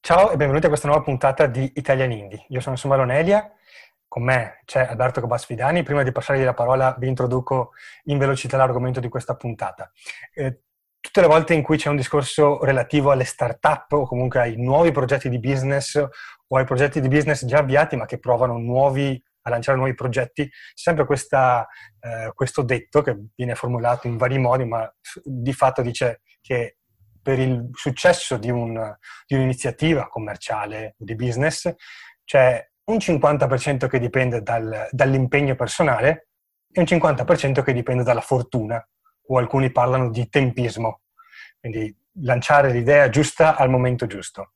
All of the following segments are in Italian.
Ciao e benvenuti a questa nuova puntata di Italian Indie. Io sono Samuele Onelia, con me c'è Alberto Cobasfidani. Prima di passargli la parola vi introduco in velocità l'argomento di questa puntata. Tutte le volte in cui c'è un discorso relativo alle start-up o comunque ai nuovi progetti di business o ai progetti di business già avviati ma che provano a lanciare nuovi progetti, c'è sempre questo detto che viene formulato in vari modi, ma di fatto dice che per il successo di un'iniziativa commerciale o di business c'è un 50% che dipende dall'impegno personale e un 50% che dipende dalla fortuna, o alcuni parlano di tempismo, quindi lanciare l'idea giusta al momento giusto.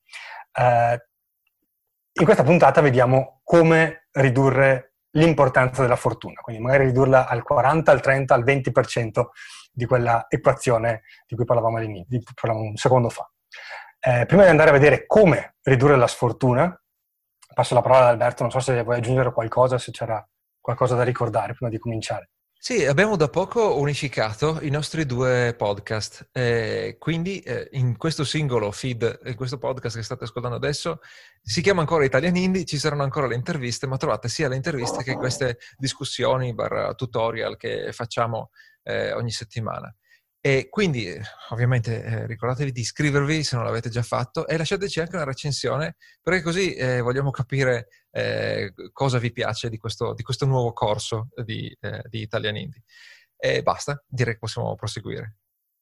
In questa puntata vediamo come ridurre l'importanza della fortuna, quindi magari ridurla al 40, al 30, al 20% di quella equazione di cui parlavamo all'inizio, di cui parlavamo un secondo fa. Prima di andare a vedere come ridurre la sfortuna, passo la parola ad Alberto, non so se vuoi aggiungere qualcosa, se c'era qualcosa da ricordare prima di cominciare. Sì, abbiamo da poco unificato i nostri due podcast, quindi in questo singolo feed, in questo podcast che state ascoltando adesso, si chiama ancora Italian Indie, ci saranno ancora le interviste, ma trovate sia le interviste che queste discussioni / tutorial che facciamo ogni settimana. E quindi ovviamente ricordatevi di iscrivervi se non l'avete già fatto e lasciateci anche una recensione, perché così vogliamo capire cosa vi piace di questo nuovo corso di Italian Indie. E basta, direi che possiamo proseguire.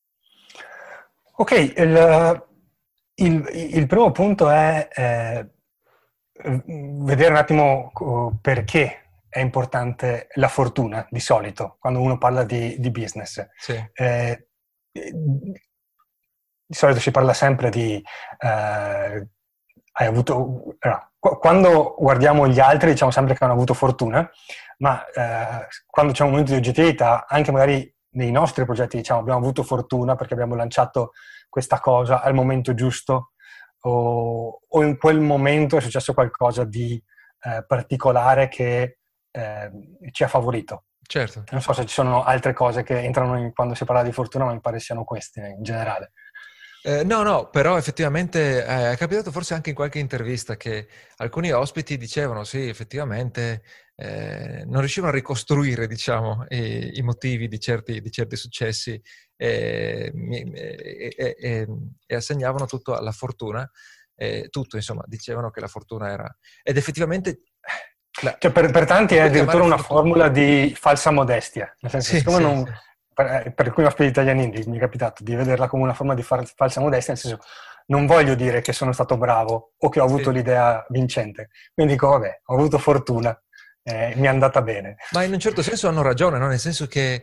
Ok, il primo punto è vedere un attimo perché è importante la fortuna, di solito, quando uno parla di business. Sì. Di solito si parla sempre di hai avuto... quando guardiamo gli altri diciamo sempre che hanno avuto fortuna, ma quando c'è un momento di oggettività, anche magari nei nostri progetti diciamo abbiamo avuto fortuna perché abbiamo lanciato questa cosa al momento giusto o in quel momento è successo qualcosa di particolare che ci ha favorito. Certo. Non so se ci sono altre cose che entrano quando si parla di fortuna, ma mi pare siano queste in generale. No, però effettivamente è capitato forse anche in qualche intervista che alcuni ospiti dicevano sì, effettivamente non riuscivano a ricostruire, diciamo, i motivi di certi successi e assegnavano tutto alla fortuna. Tutto, insomma, dicevano che la fortuna era... Ed effettivamente... Cioè per tanti è addirittura una formula di falsa modestia, nel senso, sì, siccome sì, non... sì. Per alcuni ospiti italiani mi è capitato di vederla come una forma di falsa modestia, nel senso non voglio dire che sono stato bravo o che ho avuto Sì. l'idea vincente, quindi dico vabbè, ho avuto fortuna, mi è andata bene. Ma in un certo senso hanno ragione, no? Nel senso che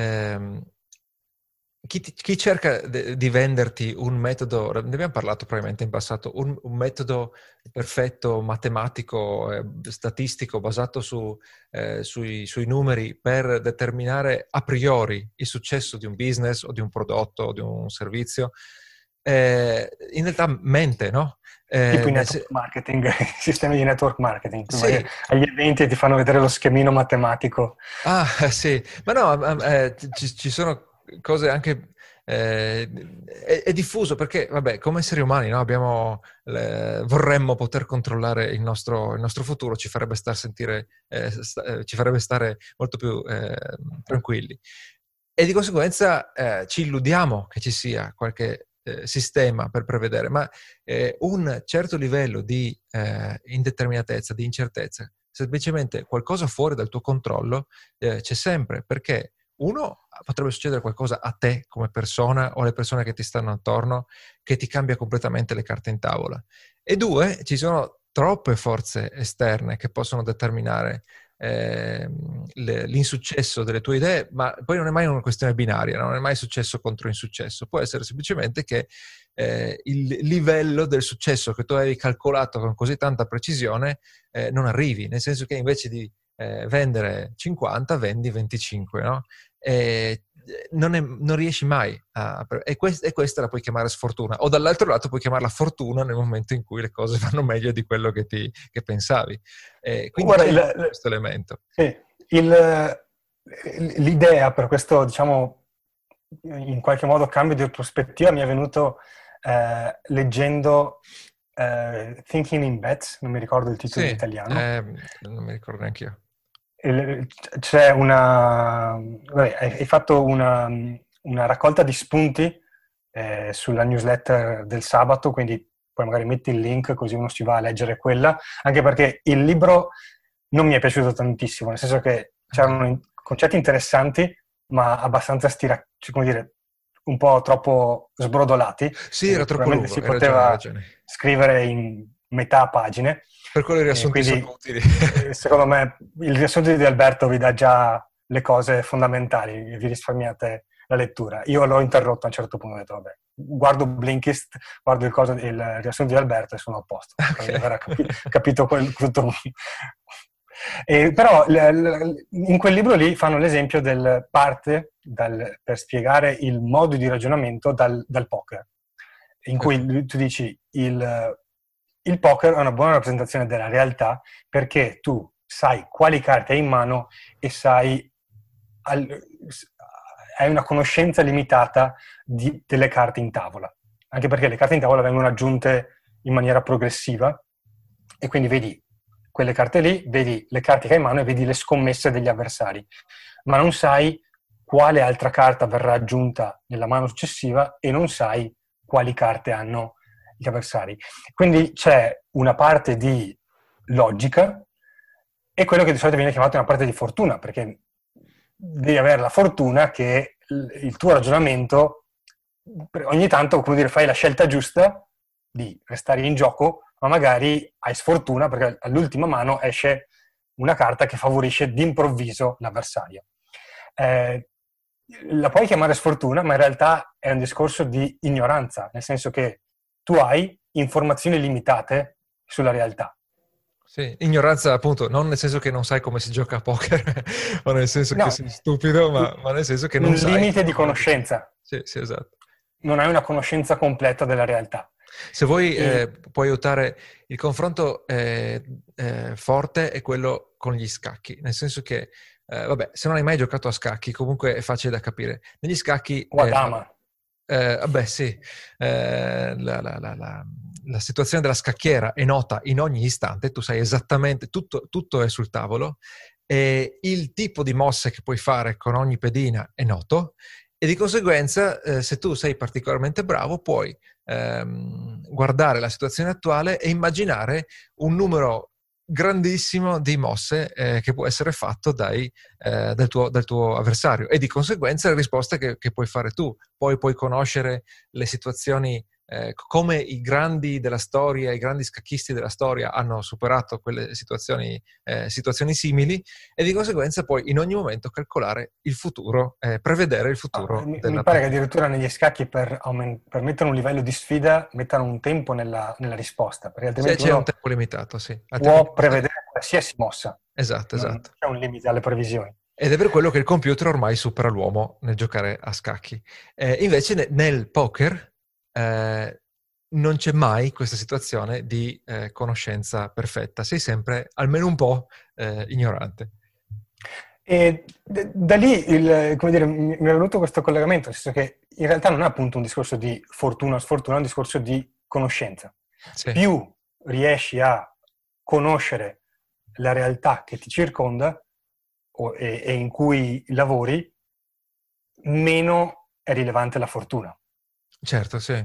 chi cerca di venderti un metodo, ne abbiamo parlato probabilmente in passato, un metodo perfetto, matematico, statistico, basato sui numeri per determinare a priori il successo di un business o di un prodotto o di un servizio, in realtà mente, no? Tipo i network marketing, i sistemi di network marketing, Sì. agli eventi ti fanno vedere lo schemino matematico. Ah, sì, ma no, ci sono cose anche... è diffuso perché, vabbè, come esseri umani, no, vorremmo poter controllare il nostro futuro, ci farebbe ci farebbe stare molto più tranquilli. E di conseguenza ci illudiamo che ci sia qualche sistema per prevedere, ma un certo livello di indeterminatezza, di incertezza, semplicemente qualcosa fuori dal tuo controllo c'è sempre, perché uno, potrebbe succedere qualcosa a te come persona o alle persone che ti stanno attorno che ti cambia completamente le carte in tavola. E due, ci sono troppe forze esterne che possono determinare l'insuccesso delle tue idee, ma poi non è mai una questione binaria, non è mai successo contro insuccesso, può essere semplicemente che il livello del successo che tu avevi calcolato con così tanta precisione non arrivi, nel senso che invece di vendere 50 vendi 25, no? Non riesci mai e questa la puoi chiamare sfortuna, o dall'altro lato puoi chiamarla fortuna nel momento in cui le cose vanno meglio di quello che pensavi. Quindi Guarda, c'è questo elemento. sì, l'idea per questo, diciamo, in qualche modo cambio di prospettiva mi è venuto leggendo Thinking in Bets, non mi ricordo il titolo Sì, in italiano. non mi ricordo neanche io. C'è hai fatto una raccolta di spunti sulla newsletter del sabato, quindi poi magari metti il link così uno si va a leggere quella, anche perché il libro non mi è piaciuto tantissimo, nel senso che c'erano concetti interessanti, ma abbastanza come dire, un po' troppo sbrodolati, Sì, era e troppo probabilmente lungo, si hai ragione, hai poteva ragione. scrivere in metà pagine. Per quello i riassunti sono Quindi utili. secondo me il riassunto di Alberto vi dà già le cose fondamentali e vi risparmiate la lettura. Io l'ho interrotto a un certo punto, ho detto vabbè, guardo Blinkist, guardo il riassunto di Alberto e sono a posto. Ok. Di aver capito tutto. Però in quel libro lì fanno l'esempio per spiegare il modo di ragionamento dal poker, in Certo. cui tu dici il poker è una buona rappresentazione della realtà perché tu sai quali carte hai in mano e hai una conoscenza limitata delle carte in tavola, anche perché le carte in tavola vengono aggiunte in maniera progressiva e quindi vedi quelle carte lì, vedi le carte che hai in mano e vedi le scommesse degli avversari, ma non sai quale altra carta verrà aggiunta nella mano successiva e non sai quali carte hanno gli avversari. Quindi c'è una parte di logica e quello che di solito viene chiamato una parte di fortuna, perché devi avere la fortuna che il tuo ragionamento ogni tanto, come dire, fai la scelta giusta di restare in gioco, ma magari hai sfortuna perché all'ultima mano esce una carta che favorisce d'improvviso l'avversario. La puoi chiamare sfortuna, ma in realtà è un discorso di ignoranza, nel senso che tu hai informazioni limitate sulla realtà. Sì, ignoranza appunto, non nel senso che non sai come si gioca a poker, o nel senso che No, sei stupido, ma nel senso che un non sai limite di come funziona. conoscenza. Sì, sì, esatto. Non hai una conoscenza completa della realtà. Se vuoi, E puoi aiutare il confronto forte è quello con gli scacchi, nel senso che, vabbè, se non hai mai giocato a scacchi, comunque è facile da capire. Negli scacchi, o a dama. vabbè, sì, la situazione della scacchiera è nota in ogni istante, tu sai esattamente, tutto è sul tavolo, e il tipo di mosse che puoi fare con ogni pedina è noto, e di conseguenza, se tu sei particolarmente bravo, puoi guardare la situazione attuale e immaginare un numero grandissimo di mosse che può essere fatto dal tuo avversario, e di conseguenza le risposte che puoi fare tu. Poi puoi conoscere le situazioni, come i grandi della storia, i grandi scacchisti della storia hanno superato quelle situazioni simili, e di conseguenza puoi in ogni momento calcolare il futuro, prevedere il futuro Mi della pare che partita. addirittura negli scacchi per mettere un livello di sfida mettano un tempo nella risposta, perché Se altrimenti c'è un uno tempo limitato, sì. Altrimenti può basta. prevedere qualsiasi mossa. Esatto, Non esatto. c'è un limite alle previsioni. Ed è per quello che il computer ormai supera l'uomo nel giocare a scacchi. Invece nel poker non c'è mai questa situazione di conoscenza perfetta. Sei sempre almeno un po' ignorante. E da lì, come dire, mi è venuto questo collegamento, nel senso che in realtà non è appunto un discorso di fortuna o sfortuna, è un discorso di conoscenza. Sì, Più riesci a conoscere la realtà che ti circonda e in cui lavori, meno è rilevante la fortuna. certo, sì.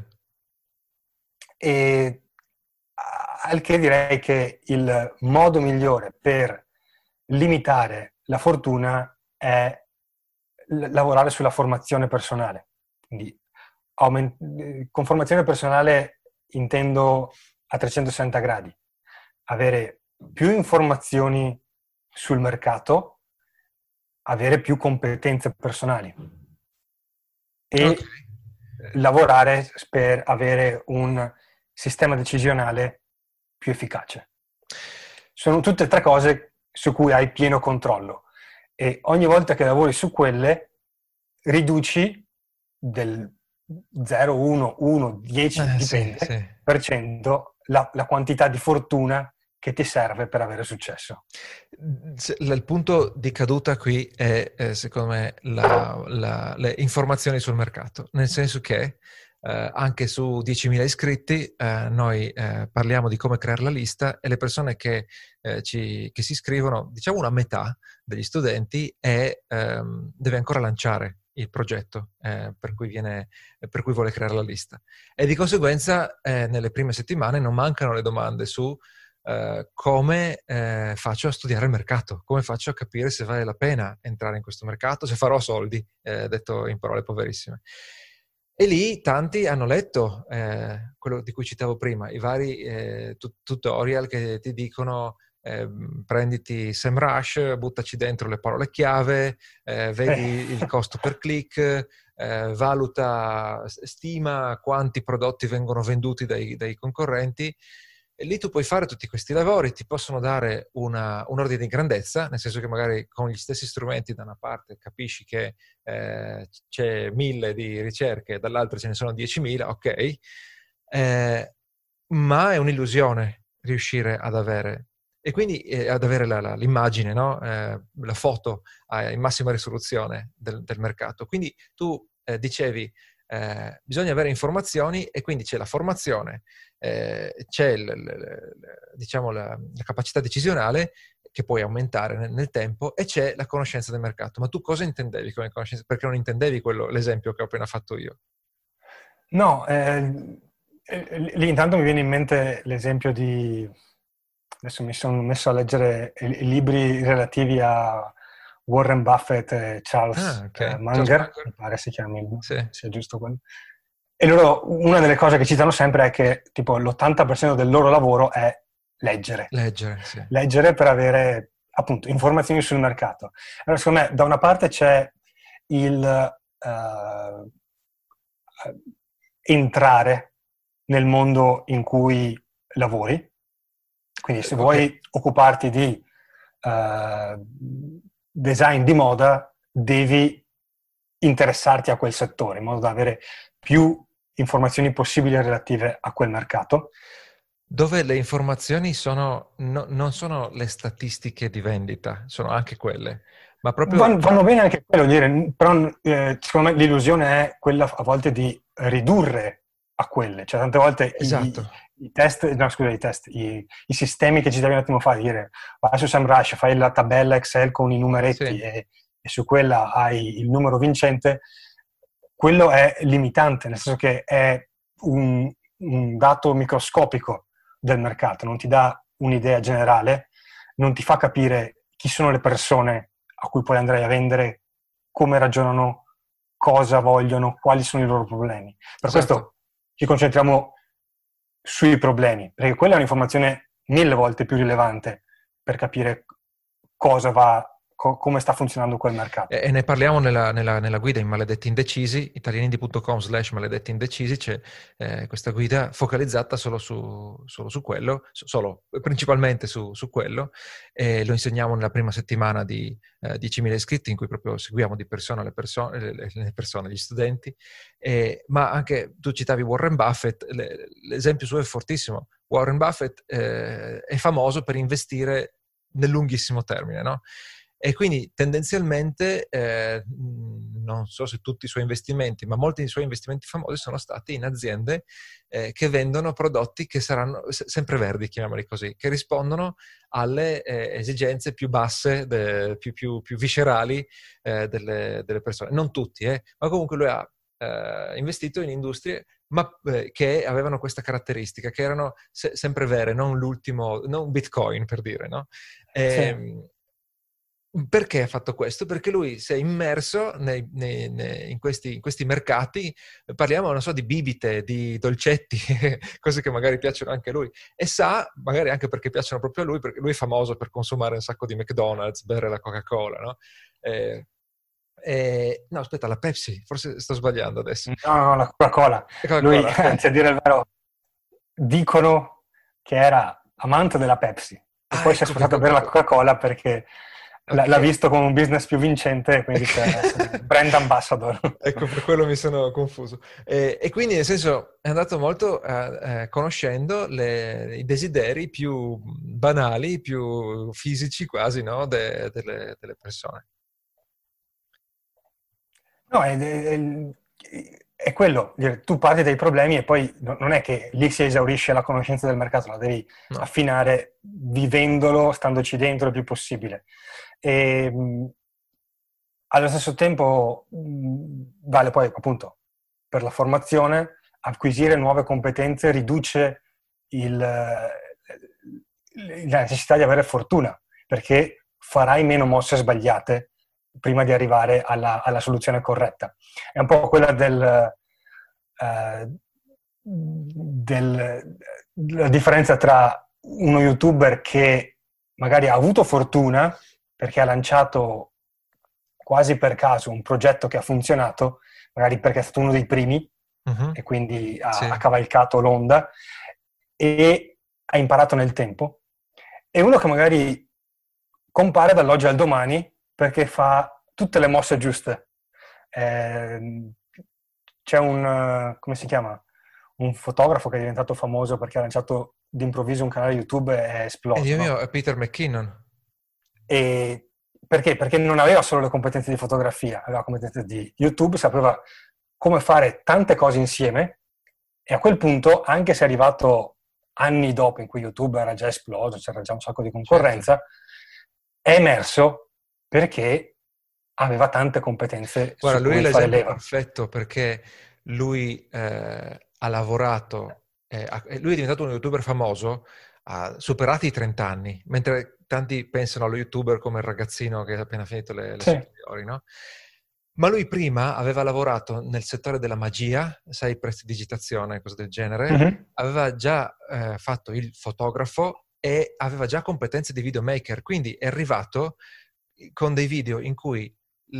E al che direi che il modo migliore per limitare la fortuna è lavorare sulla formazione personale. Quindi con formazione personale intendo a 360 gradi. Avere più informazioni sul mercato, avere più competenze personali Ok. e lavorare per avere un sistema decisionale più efficace. Sono tutte e tre cose su cui hai pieno controllo e ogni volta che lavori su quelle riduci del 0, 1, 1, 10, Sì, dipende, sì. per cento la quantità di fortuna che ti serve per avere successo. Il punto di caduta qui è, secondo me, le informazioni sul mercato, nel senso che anche su 10.000 iscritti noi parliamo di come creare la lista, e le persone che si iscrivono, diciamo una metà degli studenti, deve ancora lanciare il progetto per cui vuole creare la lista. E di conseguenza nelle prime settimane non mancano le domande su come faccio a studiare il mercato, come faccio a capire se vale la pena entrare in questo mercato, se farò soldi, detto in parole poverissime. E lì tanti hanno letto quello di cui citavo prima, i vari tutorial che ti dicono prenditi SEMrush, buttaci dentro le parole chiave, vedi il costo per click, stima quanti prodotti vengono venduti dai concorrenti. E lì tu puoi fare tutti questi lavori, ti possono dare un ordine di grandezza, nel senso che magari con gli stessi strumenti da una parte capisci che c'è 1000 di ricerche, dall'altra ce ne sono 10.000, ok, ma è un'illusione riuscire ad avere, e quindi ad avere l'immagine, no? La foto in massima risoluzione del mercato. Quindi tu dicevi, bisogna avere informazioni, e quindi c'è la formazione, c'è diciamo la capacità decisionale che puoi aumentare nel tempo, e c'è la conoscenza del mercato. Ma tu cosa intendevi con conoscenza? Perché non intendevi l'esempio che ho appena fatto io? No, lì intanto mi viene in mente l'esempio di... Adesso mi sono messo a leggere i libri relativi a Warren Buffett e Charles Ok. Charles Munger, Munger? mi pare si chiami, Sì. sia giusto quello. E loro, una delle cose che citano sempre è che tipo l'80% del loro lavoro è leggere. Leggere, sì. Leggere per avere appunto informazioni sul mercato. Allora, secondo me, da una parte c'è il entrare nel mondo in cui lavori. Quindi se vuoi occuparti di design di moda, devi interessarti a quel settore in modo da avere più informazioni possibili relative a quel mercato. Dove le informazioni non sono le statistiche di vendita, sono anche quelle, ma proprio... Vanno bene anche quello, dire, però secondo me l'illusione è quella a volte di ridurre a quelle, cioè tante volte Esatto. i test, no scusa, i sistemi che citavi un attimo fa, dire vai su SEMrush, fai la tabella Excel con i numeretti Sì. e su quella hai il numero vincente, quello è limitante, nel senso che è un dato microscopico del mercato, non ti dà un'idea generale, non ti fa capire chi sono le persone a cui poi andrai a vendere, come ragionano, cosa vogliono, quali sono i loro problemi. Per Esatto. questo ci concentriamo sui problemi, perché quella è un'informazione 1000 volte più rilevante per capire cosa va, come sta funzionando quel mercato. E ne parliamo nella guida in Maledetti Indecisi, italianindi.com/maledetti indecisi, c'è questa guida focalizzata solo su quello, principalmente su quello, e lo insegniamo nella prima settimana di 10.000 iscritti, in cui proprio seguiamo di persona le persone, gli studenti, ma anche tu citavi Warren Buffett, l'esempio suo è fortissimo. Warren Buffett è famoso per investire nel lunghissimo termine, no? E quindi tendenzialmente, non so se tutti i suoi investimenti, ma molti dei suoi investimenti famosi sono stati in aziende che vendono prodotti che saranno sempre verdi, chiamiamoli così, che rispondono alle esigenze più basse, più viscerali delle persone. Non tutti, ma comunque lui ha investito in industrie che avevano questa caratteristica, che erano sempre vere, non l'ultimo, non Bitcoin per dire, no? Sì. Perché ha fatto questo? Perché lui si è immerso in questi mercati, parliamo, non so, di bibite, di dolcetti, cose che magari piacciono anche a lui, e sa, magari anche perché piacciono proprio a lui, perché lui è famoso per consumare un sacco di McDonald's, bere la Coca-Cola, no? No, aspetta, la Pepsi, forse sto sbagliando adesso. No, la Coca-Cola. La Lui, Coca-Cola, ok. anzi a dire il vero, dicono che era amante della Pepsi e poi si è Ecco spostato a bere la Coca-Cola perché l'ha ok. visto come un business più vincente e quindi dice essere brand ambassador. Ecco, per quello mi sono confuso. E quindi, nel senso, è andato molto conoscendo i desideri più banali, più fisici quasi, no? Delle persone. No, è quello, tu parti dai problemi e poi non è che lì si esaurisce la conoscenza del mercato, la devi No. affinare vivendolo, standoci dentro il più possibile. E, allo stesso tempo vale poi appunto per la formazione, acquisire nuove competenze riduce la necessità di avere fortuna, perché farai meno mosse sbagliate prima di arrivare alla soluzione corretta. È un po' quella la differenza tra uno YouTuber che magari ha avuto fortuna perché ha lanciato quasi per caso un progetto che ha funzionato, magari perché è stato uno dei primi Mhm. e quindi Sì. ha cavalcato l'onda e ha imparato nel tempo, e uno che magari compare dall'oggi al domani perché fa tutte le mosse giuste. C'è come si chiama? Un fotografo che è diventato famoso perché ha lanciato d'improvviso un canale YouTube e è E esploso, Dio no? mio, è Peter McKinnon. E perché? Perché non aveva solo le competenze di fotografia, aveva competenze di YouTube, sapeva come fare tante cose insieme, e a quel punto, anche se è arrivato anni dopo in cui YouTube era già esploso, c'era già un sacco di Certo. concorrenza, è emerso perché aveva tante competenze Guarda, su lui è cui fare l'esempio leva. perfetto perché lui ha lavorato, lui è diventato un YouTuber famoso, ha superati i 30 anni, mentre tanti pensano allo YouTuber come il ragazzino che ha appena finito le Sì. superiori, no? Ma lui prima aveva lavorato nel settore della magia, sai, prestidigitazione, cose del genere, Mhm. aveva già fatto il fotografo e aveva già competenze di videomaker, quindi è arrivato con dei video in cui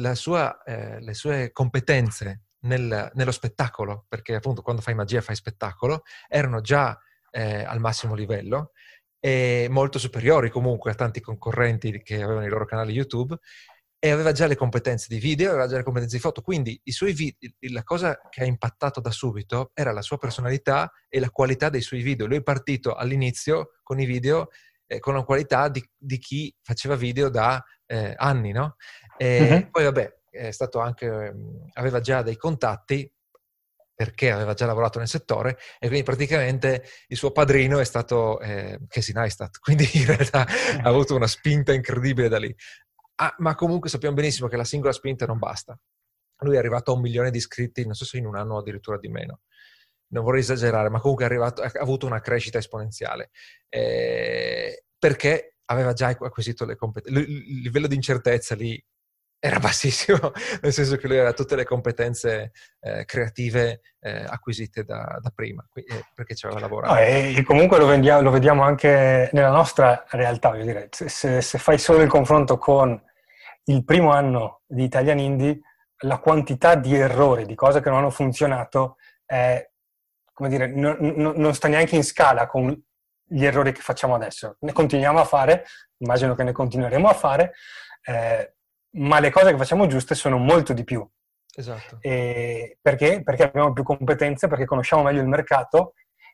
le sue competenze nello spettacolo, perché appunto quando fai magia fai spettacolo, erano già al massimo livello e molto superiori comunque a tanti concorrenti che avevano i loro canali YouTube, e aveva già le competenze di video, aveva già le competenze di foto, quindi i suoi la cosa che ha impattato da subito era la sua personalità e la qualità dei suoi video. Lui è partito all'inizio con i video con la qualità di chi faceva video da anni, no? E Mhm. poi vabbè, è stato anche, aveva già dei contatti perché aveva già lavorato nel settore e quindi praticamente il suo padrino è stato Casey Neistat, quindi in realtà ha avuto una spinta incredibile da lì. Ah, ma comunque sappiamo benissimo che la singola spinta non basta. Lui è arrivato a 1 milione di iscritti, non so se in un anno o addirittura di meno. Non vorrei esagerare, ma comunque ha avuto una crescita esponenziale. Perché aveva già acquisito le competenze. Il livello di incertezza lì era bassissimo, nel senso che lui aveva tutte le competenze creative acquisite da prima, perché ci aveva No, lavorato. e comunque lo vediamo anche nella nostra realtà, voglio dire, se fai solo il confronto con il primo anno di Italian Indie, la quantità di errori, di cose che non hanno funzionato, è, come dire, non sta neanche in scala con gli errori che facciamo adesso. Ne continuiamo a fare, immagino che ne continueremo a fare, ma le cose che facciamo giuste sono molto di più. Esatto. Perché? Perché abbiamo più competenze, perché conosciamo meglio il mercato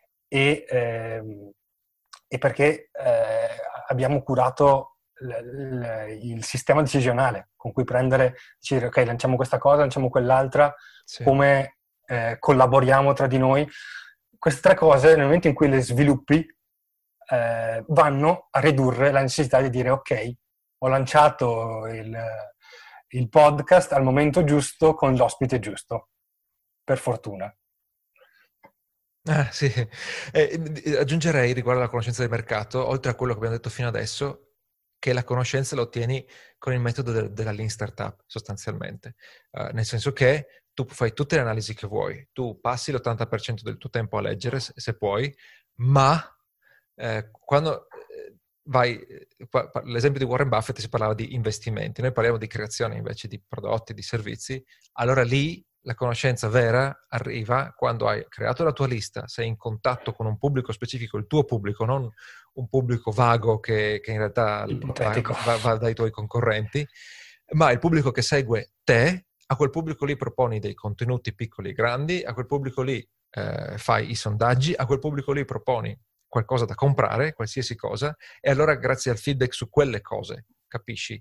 e perché abbiamo curato il sistema decisionale con cui decidere ok, lanciamo questa cosa, lanciamo quell'altra, Sì. come collaboriamo tra di noi. Queste tre cose, nel momento in cui le sviluppi, vanno a ridurre la necessità di dire ok, ho lanciato il podcast al momento giusto con l'ospite giusto, per fortuna. Ah, sì. Aggiungerei riguardo alla conoscenza del mercato, oltre a quello che abbiamo detto fino adesso, che la conoscenza la ottieni con il metodo della Lean Startup, sostanzialmente. Nel senso che tu fai tutte le analisi che vuoi, tu passi l'80% del tuo tempo a leggere, se puoi, ma quando l'esempio di Warren Buffett si parlava di investimenti, noi parliamo di creazione invece di prodotti, di servizi, allora lì la conoscenza vera arriva quando hai creato la tua lista, sei in contatto con un pubblico specifico, il tuo pubblico, non un pubblico vago che in realtà Ipotetico. va dai tuoi concorrenti, ma il pubblico che segue te, a quel pubblico lì proponi dei contenuti piccoli e grandi, a quel pubblico lì fai i sondaggi, a quel pubblico lì proponi qualcosa da comprare, qualsiasi cosa, e allora grazie al feedback su quelle cose capisci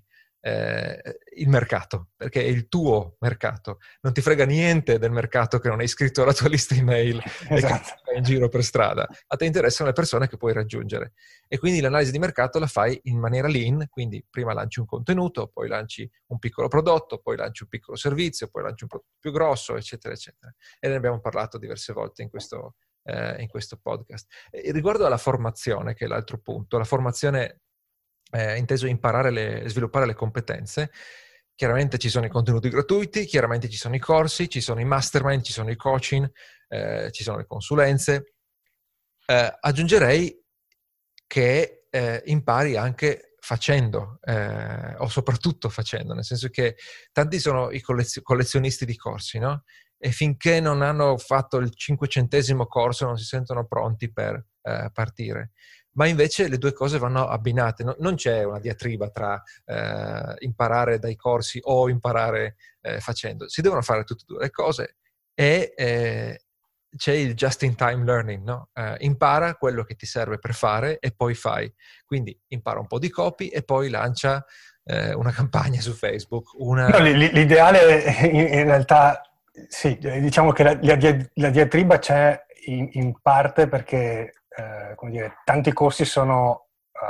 il mercato, perché è il tuo mercato. Non ti frega niente del mercato che non hai iscritto alla tua lista email e che Esatto. vai in giro per strada. A te interessano le persone che puoi raggiungere. E quindi l'analisi di mercato la fai in maniera lean, quindi prima lanci un contenuto, poi lanci un piccolo prodotto, poi lanci un piccolo servizio, poi lanci un prodotto più grosso, eccetera, eccetera. E ne abbiamo parlato diverse volte in questo podcast. E riguardo alla formazione, che è l'altro punto, la formazione inteso sviluppare le competenze. Chiaramente ci sono i contenuti gratuiti, chiaramente ci sono i corsi, ci sono i mastermind, ci sono i coaching, ci sono le consulenze. Aggiungerei che impari anche facendo, o soprattutto facendo, nel senso che tanti sono i collezionisti di corsi, no? E finché non hanno fatto il 500° corso non si sentono pronti per partire. Ma invece le due cose vanno abbinate, non c'è una diatriba tra imparare dai corsi o imparare facendo. Si devono fare tutte e due le cose e c'è il just-in-time learning, no? Impara quello che ti serve per fare e poi fai. Quindi impara un po' di copy e poi lancia una campagna su Facebook. No, l'ideale in realtà, sì, diciamo che la diatriba c'è in parte perché, come dire, tanti corsi sono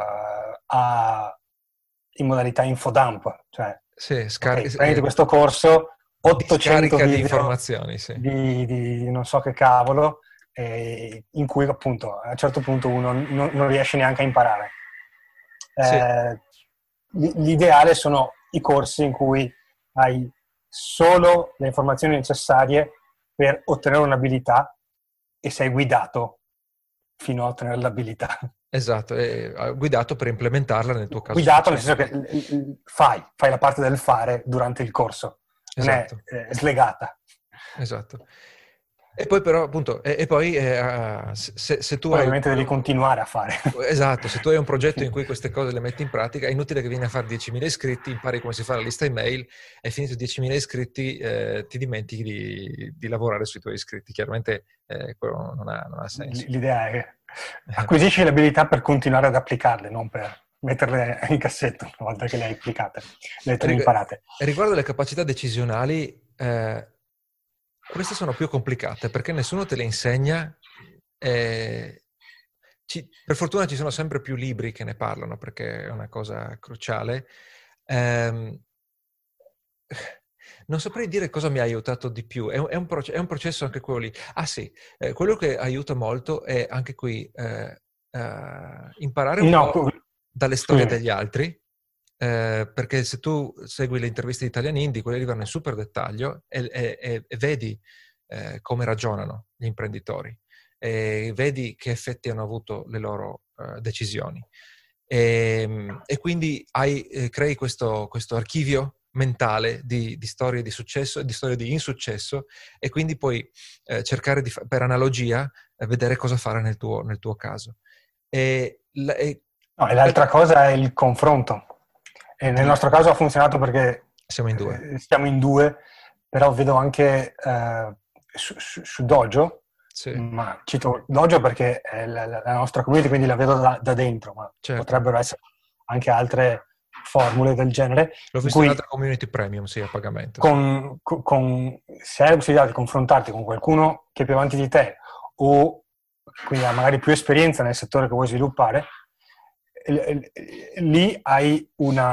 in modalità infodump, cioè, Sì, prenditi questo corso, 800 scarica di video informazioni, sì. di non so che cavolo, in cui appunto a un certo punto uno non riesce neanche a imparare. Sì. L'ideale sono i corsi in cui hai solo le informazioni necessarie per ottenere un'abilità e sei guidato fino a ottenere l'abilità. Esatto, è guidato per implementarla nel tuo caso Guidato nel specifico. senso che fai la parte del fare durante il corso, non Esatto. è slegata. Esatto. E poi però appunto, e poi se tu Poi hai ovviamente devi continuare a fare. esatto, se tu hai un progetto in cui queste cose le metti in pratica, è inutile che vieni a fare 10.000 iscritti, impari come si fa la lista email e finito 10.000 iscritti ti dimentichi di lavorare sui tuoi iscritti. Chiaramente quello non ha senso. L'idea è che acquisisci le abilità per continuare ad applicarle, non per metterle in cassetto una volta che le hai applicate, le hai imparate. Riguardo alle capacità decisionali, queste sono più complicate perché nessuno te le insegna. Per fortuna ci sono sempre più libri che ne parlano perché è una cosa cruciale. Non saprei dire cosa mi ha aiutato di più. È un processo anche quello lì. Ah sì, quello che aiuta molto è anche qui imparare un po' dalle storie degli altri. Perché se tu segui le interviste di Italian Indie, quelle lì vanno in super dettaglio e vedi come ragionano gli imprenditori, e vedi che effetti hanno avuto le loro decisioni. E quindi crei questo archivio mentale di storie di successo e di storie di insuccesso e quindi puoi cercare per analogia vedere cosa fare nel tuo caso. E l'altra cosa è il confronto. E nel nostro caso ha funzionato perché siamo in due. Siamo in due, però vedo anche su Dojo, sì. Ma cito Dojo perché è la nostra community, quindi la vedo da dentro, ma certo. potrebbero essere anche altre formule del genere. L'ho visto in altra community premium, sì, a pagamento. Se hai la possibilità di confrontarti con qualcuno che è più avanti di te o quindi ha magari più esperienza nel settore che vuoi sviluppare, lì hai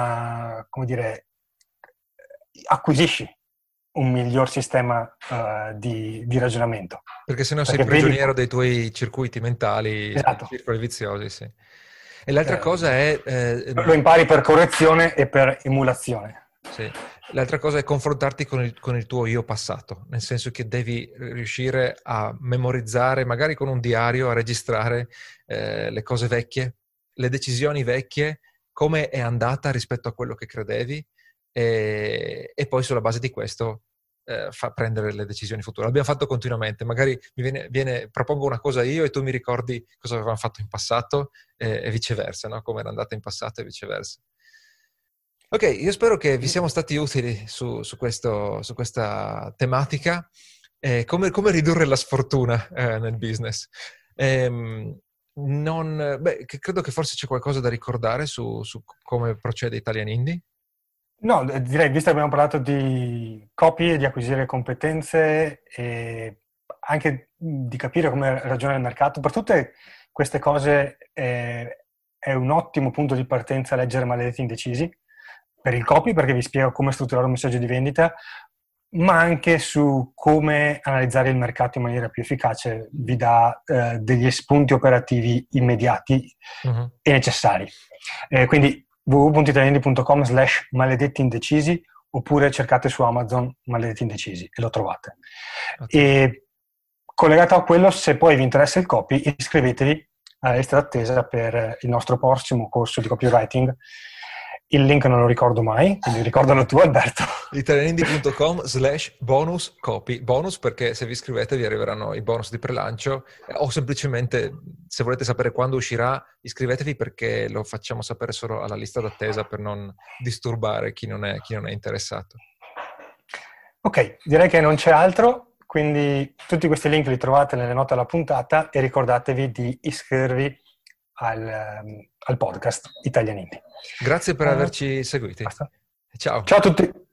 acquisisci un miglior sistema di ragionamento. Perché sennò sei prigioniero dei tuoi circuiti mentali, esatto. Circoli viziosi, sì. E l'altra cosa è... lo impari per correzione e per emulazione. Sì. L'altra cosa è confrontarti con il tuo io passato, nel senso che devi riuscire a memorizzare, magari con un diario, a registrare le cose vecchie, le decisioni vecchie, come è andata rispetto a quello che credevi e poi sulla base di questo fa prendere le decisioni future. L'abbiamo fatto continuamente, magari propongo una cosa io e tu mi ricordi cosa avevamo fatto in passato e viceversa, no? Come era andata in passato e viceversa. Ok, io spero che vi siamo stati utili su questa tematica. Come ridurre la sfortuna nel business. Credo che forse c'è qualcosa da ricordare su come procede Italian Indie. No, direi, visto che abbiamo parlato di copy e di acquisire competenze e anche di capire come ragiona il mercato, per tutte queste cose è un ottimo punto di partenza leggere Maledetti Indecisi, per il copy perché vi spiego come strutturare un messaggio di vendita, ma anche su come analizzare il mercato in maniera più efficace, vi dà degli spunti operativi immediati Mhm. e necessari. Quindi www.italiani.com/maledetti indecisi oppure cercate su Amazon Maledetti Indecisi e lo trovate. Ottimo. E collegato a quello, se poi vi interessa il copy, iscrivetevi alla lista d'attesa per il nostro prossimo corso di copywriting. Il link non lo ricordo mai, quindi ricordalo tu, Alberto. italianindie.com/bonus copy. Bonus perché se vi iscrivete vi arriveranno i bonus di prelancio o semplicemente se volete sapere quando uscirà iscrivetevi perché lo facciamo sapere solo alla lista d'attesa per non disturbare chi non è interessato. Ok, direi che non c'è altro, quindi tutti questi link li trovate nelle note alla puntata e ricordatevi di iscrivervi al podcast Italian Indie. Grazie per averci seguiti. Basta. Ciao. Ciao a tutti!